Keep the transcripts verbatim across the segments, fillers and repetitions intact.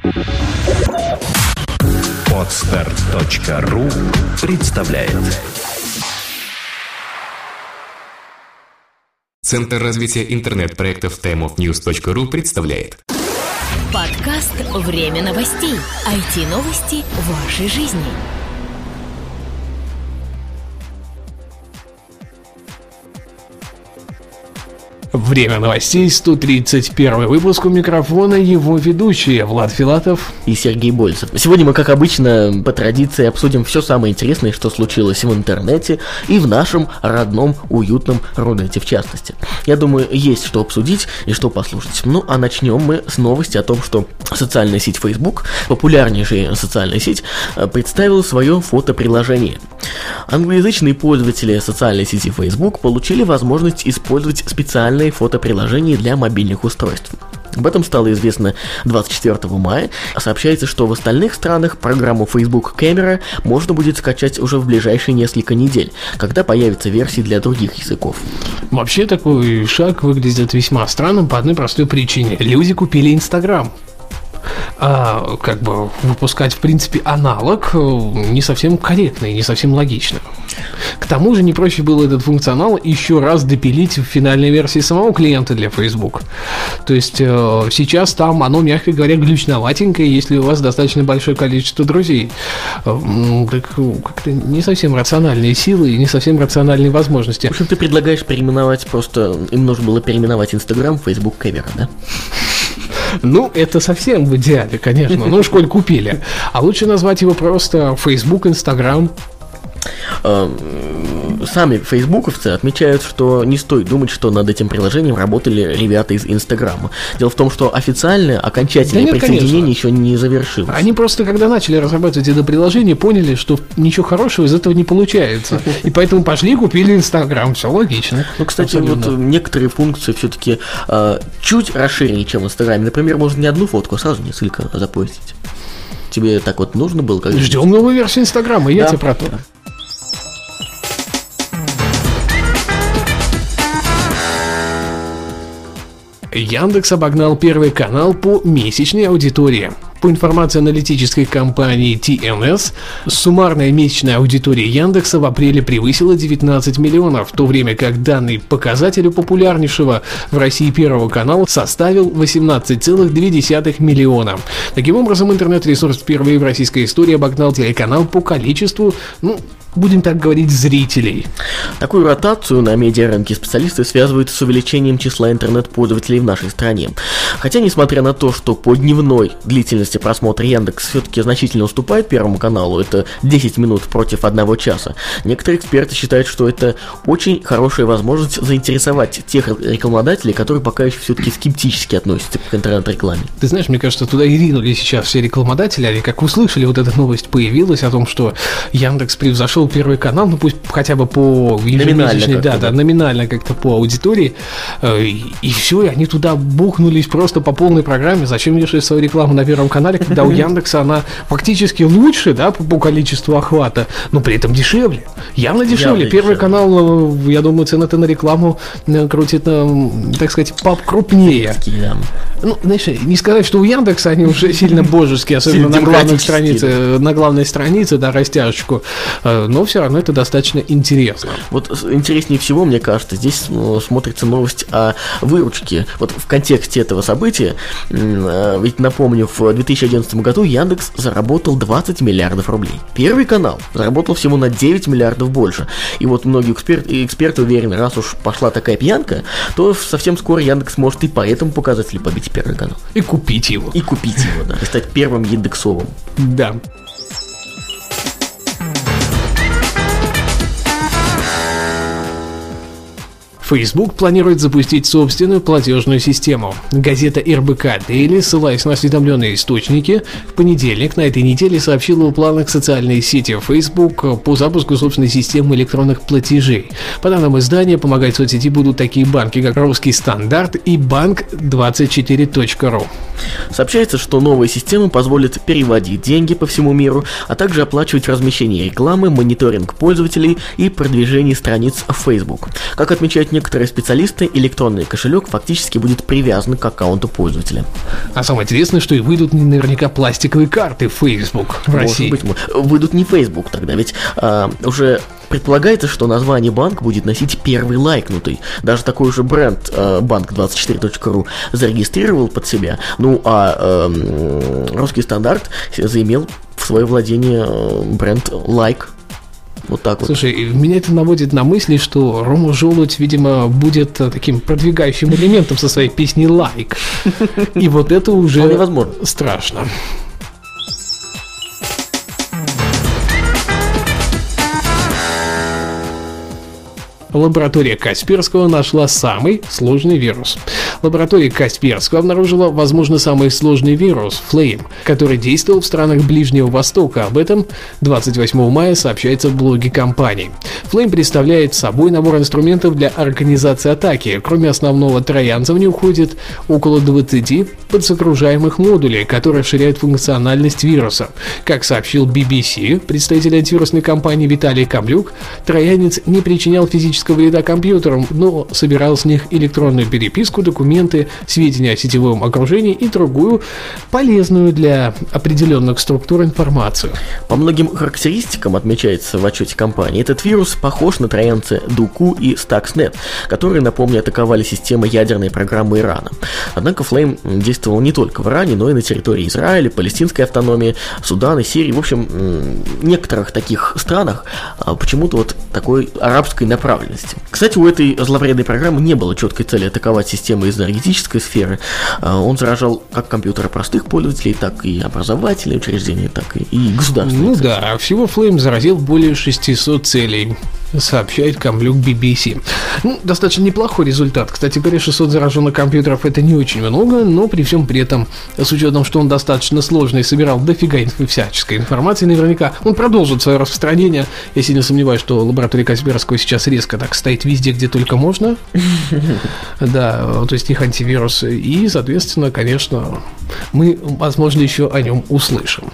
Подстарт точка ру представляет. Центр развития интернет-проектов таймофньюз точка ру представляет. Подкаст «Время новостей». ай ти-новости вашей жизни. Время новостей, сто тридцать первый выпуск, у микрофона его ведущие Влад Филатов и Сергей Больцев. Сегодня мы, как обычно, по традиции обсудим все самое интересное, что случилось в интернете и в нашем родном, уютном Рунете в частности. Я думаю, есть что обсудить и что послушать. Ну, а начнем мы с новости о том, что социальная сеть Facebook, популярнейшая социальная сеть, представила свое фотоприложение. Англоязычные пользователи социальной сети Facebook получили возможность использовать специальные фотоприложения для мобильных устройств. Об этом стало известно двадцать четвёртого мая. Сообщается, что в остальных странах программу Facebook Camera можно будет скачать уже в ближайшие несколько недель, когда появятся версии для других языков. Вообще такой шаг выглядит весьма странным по одной простой причине. Люди купили Instagram. А, как бы выпускать, в принципе, аналог не совсем корректно и не совсем логично. К тому же не проще было этот функционал еще раз допилить в финальной версии самого клиента для Facebook. То есть э, сейчас там оно, мягко говоря, глючноватенькое, если у вас достаточно большое количество друзей. Э, так, как-то не совсем рациональные силы и не совсем рациональные возможности. В общем, ты предлагаешь переименовать просто... Им нужно было переименовать Instagram в Facebook Camera, да? Ну, это совсем в идеале, конечно. Ну, школь купили. А лучше назвать его просто Facebook, Instagram. Сами фейсбуковцы отмечают, что не стоит думать, что над этим приложением работали ребята из Инстаграма. Дело в том, что официально окончательное да нет, присоединение конечно. еще не завершилось. Они просто, когда начали разрабатывать это приложение, поняли, что ничего хорошего из этого не получается. И поэтому пошли и купили Инстаграм. Все логично. Ну, кстати, абсолютно. Вот некоторые функции все-таки э, чуть расширеннее, чем в Инстаграме. Например, можно не одну фотку, а сразу несколько запостить. Тебе так вот нужно было? Как Ждем новую версию Инстаграма, я да. тебе про то. Яндекс обогнал Первый канал по месячной аудитории. По информации аналитической компании ти эн эс, суммарная месячная аудитория Яндекса в апреле превысила девятнадцать миллионов, в то время как данный показатель у популярнейшего в России Первого канала составил восемнадцать целых две десятых миллиона. Таким образом, интернет-ресурс впервые в российской истории обогнал телеканал по количеству, ну, будем так говорить, зрителей. Такую ротацию на медиарынке специалисты связывают с увеличением числа интернет-пользователей в нашей стране. Хотя, несмотря на то, что по дневной длительности просмотра Яндекс все-таки значительно уступает Первому каналу, это десять минут против одного часа, некоторые эксперты считают, что это очень хорошая возможность заинтересовать тех рекламодателей, которые пока еще все-таки скептически относятся к интернет-рекламе. Ты знаешь, мне кажется, туда и ринули сейчас все рекламодатели, они как услышали, вот эта новость появилась о том, что Яндекс превзошел Первый канал, ну пусть хотя бы по ежемесячной, да, да, номинально как-то по аудитории, и, и все, и они туда бухнулись просто по полной программе. Зачем вешать свою рекламу на Первом канале, когда у Яндекса она фактически лучше, да, по, по количеству охвата, но при этом дешевле, явно дешевле. Явно Первый дешевле. Канал, я думаю, цены-то на рекламу крутит, так сказать, покрупнее. Да. Ну, знаешь, не сказать, что у Яндекса они уже сильно божеские, особенно на главной странице, на главной странице, да, растяжечку. Но все равно это достаточно интересно. Вот интереснее всего, мне кажется, здесь ну, смотрится новость о выручке. Вот в контексте этого события, ведь напомню, в две тысячи одиннадцатом году Яндекс заработал двадцать миллиардов рублей. Первый канал заработал всего на девять миллиардов больше. И вот многие эксперты, эксперты уверены, раз уж пошла такая пьянка, то совсем скоро Яндекс может и по этому показателю побить Первый канал. И купить его. И купить его, да. И стать первым индексовым. Да. Facebook планирует запустить собственную платежную систему. Газета эр бэ ка Daily, ссылаясь на осведомленные источники, в понедельник на этой неделе сообщила о планах социальной сети Facebook по запуску собственной системы электронных платежей. По данным издания, помогать соцсети будут такие банки, как Русский стандарт и банк двадцать четыре точка ру. Сообщается, что новая система позволит переводить деньги по всему миру, а также оплачивать размещение рекламы, мониторинг пользователей и продвижение страниц в Facebook. Как отмечают некоторые специалисты, электронный кошелек фактически будет привязан к аккаунту пользователя. А самое интересное, что и выйдут наверняка пластиковые карты в Facebook в России. Может быть, выйдут не Facebook тогда, ведь а, уже предполагается, что название банк будет носить первый лайкнутый. Даже такой же бренд э, банк двадцать четыре точка ру зарегистрировал под себя. Ну, а э, русский стандарт заимел в свое владение бренд Like. Вот так вот. Слушай, меня это наводит на мысли, что Рома Желудь, видимо, будет таким продвигающим элементом со своей песней «Лайк». И вот это уже страшно. Лаборатория Касперского нашла самый сложный вирус. Лаборатория Касперского обнаружила, возможно, самый сложный вирус – Flame, который действовал в странах Ближнего Востока. Об этом двадцать восьмого мая сообщается в блоге компании. Flame представляет собой набор инструментов для организации атаки. Кроме основного троянца в нее уходит около двадцати подсогружаемых модулей, которые расширяют функциональность вируса. Как сообщил би би си, представитель антивирусной компании Виталий Камлюк, троянец не причинял физического вреда компьютерам, но собирал с них электронную переписку, документы, сведения о сетевом окружении и другую полезную для определенных структур информацию. По многим характеристикам, отмечается в отчете компании, этот вирус похож на троянцы Дуку и Stuxnet, которые, напомню, атаковали системы ядерной программы Ирана. Однако Flame действовал не только в Иране, но и на территории Израиля, Палестинской автономии, Судана, Сирии, в общем, некоторых таких странах почему-то вот такой арабской направленности. Кстати, у этой зловредной программы не было четкой цели атаковать системы из энергетической сферы. Он заражал как компьютеры простых пользователей, так и образовательные учреждения, так и государственные. Ну цели. Да, всего Flame заразил более шестисот целей, сообщает Камлюк би би си. Ну, достаточно неплохой результат. Кстати говоря, шестьсот зараженных компьютеров — это не очень много, но при всем при этом, с учетом, что он достаточно сложный и собирал дофига всяческой информации, наверняка он продолжит свое распространение. Я сильно сомневаюсь, что лаборатория Касперского сейчас резко так стоит везде, где только можно. Да, то есть их антивирус. И, соответственно, конечно, мы, возможно, еще о нем услышим.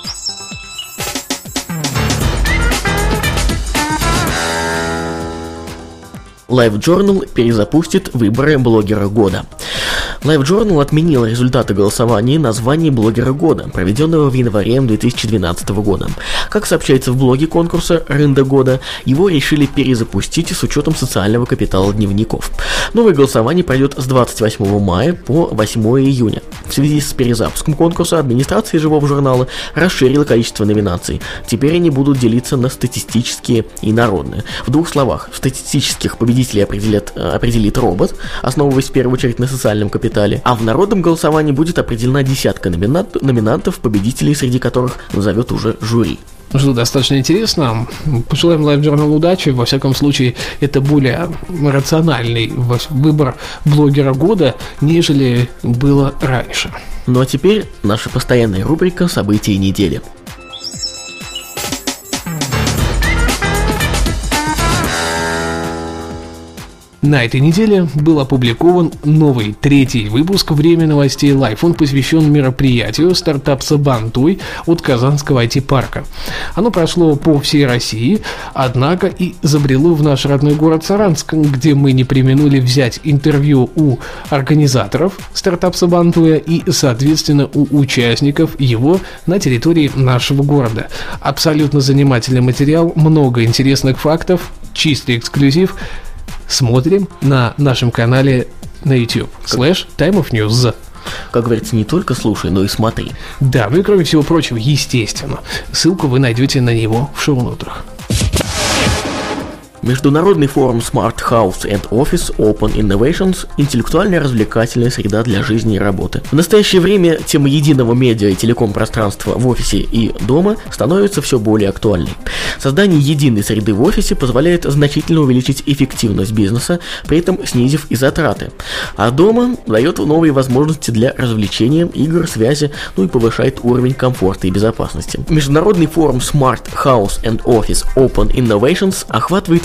LiveJournal перезапустит выборы блогера года. LiveJournal отменил результаты голосования на звание блогера года, проведенного в январе две тысячи двенадцатого года. Как сообщается в блоге конкурса «Рында года», его решили перезапустить с учетом социального капитала дневников. Новое голосование пройдет с двадцать восьмого мая по восьмого июня. В связи с перезапуском конкурса администрация живого журнала расширила количество номинаций. Теперь они будут делиться на статистические и народные. В двух словах, статистических победителей определят, определит робот, основываясь в первую очередь на социальном капитале, а в народном голосовании будет определена десятка номинат, номинантов, победителей, среди которых назовет уже жюри. Ну что, достаточно интересно. Пожелаем LiveJournal удачи. Во всяком случае, это более рациональный выбор блогера года, нежели было раньше. Ну а теперь наша постоянная рубрика «События недели». На этой неделе был опубликован новый третий выпуск «Время новостей Лайв». Он посвящен мероприятию стартап Сабантуй от Казанского ай ти-парка. Оно прошло по всей России, однако и забрело в наш родной город Саранск, где мы не преминули взять интервью у организаторов стартап Сабантуя и, соответственно, у участников его на территории нашего города. Абсолютно занимательный материал, много интересных фактов, чистый эксклюзив. Смотрим на нашем канале на YouTube. Слэш Time of News. Как говорится, не только слушай, но и смотри. Да, ну и кроме всего прочего, естественно, ссылку вы найдете на него в шоу-нотах. Международный форум Smart House and Office Open Innovations – интеллектуальная развлекательная среда для жизни и работы. В настоящее время тема единого медиа и телеком-пространства в офисе и дома становится все более актуальной. Создание единой среды в офисе позволяет значительно увеличить эффективность бизнеса, при этом снизив и затраты. А дома дает новые возможности для развлечения, игр, связи, ну и повышает уровень комфорта и безопасности. Международный форум Smart House and Office Open Innovations охватывает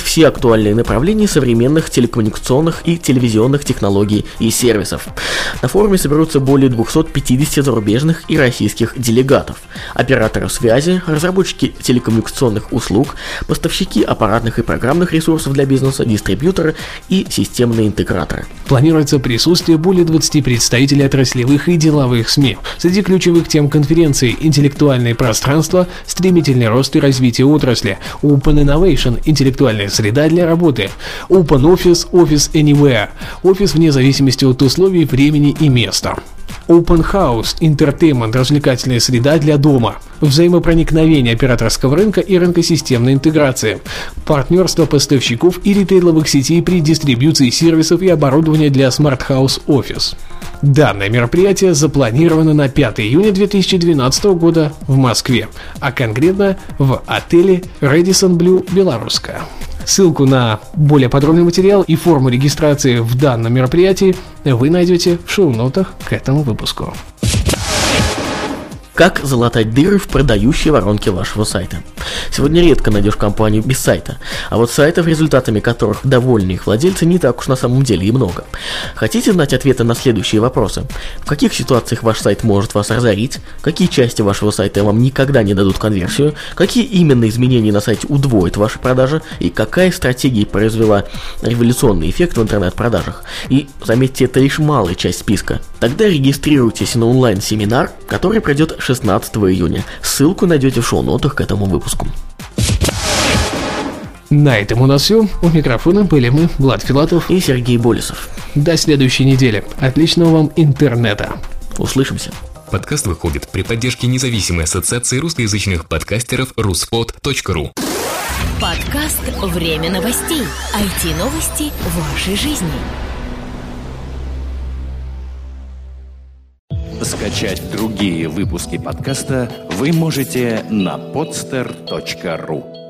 все актуальные направления современных телекоммуникационных и телевизионных технологий и сервисов. На форуме соберутся более двухсот пятидесяти зарубежных и российских делегатов, операторов связи, разработчики телекоммуникационных услуг, поставщики аппаратных и программных ресурсов для бизнеса, дистрибьюторы и системные интеграторы. Планируется присутствие более двадцати представителей отраслевых и деловых СМИ. Среди ключевых тем конференции – интеллектуальное пространство, стремительный рост и развитие отрасли, Open Innovation – интеллектуальная среда для работы, Open Office – Office Anywhere – офис вне зависимости от условий, времени и места. Open House – Entertainment – развлекательная среда для дома, взаимопроникновение операторского рынка и рынка системной интеграции, партнерство поставщиков и ритейловых сетей при дистрибьюции сервисов и оборудования для Smart House Office. Данное мероприятие запланировано на пятое июня две тысячи двенадцатого года в Москве, а конкретно в отеле Radisson Blu Белорусская. Ссылку на более подробный материал и форму регистрации в данном мероприятии вы найдете в шоу-нотах к этому выпуску. Как залатать дыры в продающей воронке вашего сайта? Сегодня редко найдешь компанию без сайта, а вот сайтов, результатами которых довольны их владельцы, не так уж на самом деле и много. Хотите знать ответы на следующие вопросы? В каких ситуациях ваш сайт может вас разорить? Какие части вашего сайта вам никогда не дадут конверсию? Какие именно изменения на сайте удвоят ваши продажи? И какая стратегия произвела революционный эффект в интернет-продажах? И, заметьте, это лишь малая часть списка. Тогда регистрируйтесь на онлайн-семинар, который пройдет шестнадцатого июня. Ссылку найдете в шоу-нотах к этому выпуску. На этом у нас все. У микрофона были мы, Влад Филатов и Сергей Болесов. До следующей недели. Отличного вам интернета. Услышимся. Подкаст выходит при поддержке независимой ассоциации русскоязычных подкастеров руспод точка ру. Подкаст «Время новостей». ай ти-новости вашей жизни. Скачать другие выпуски подкаста вы можете на podster точка ру.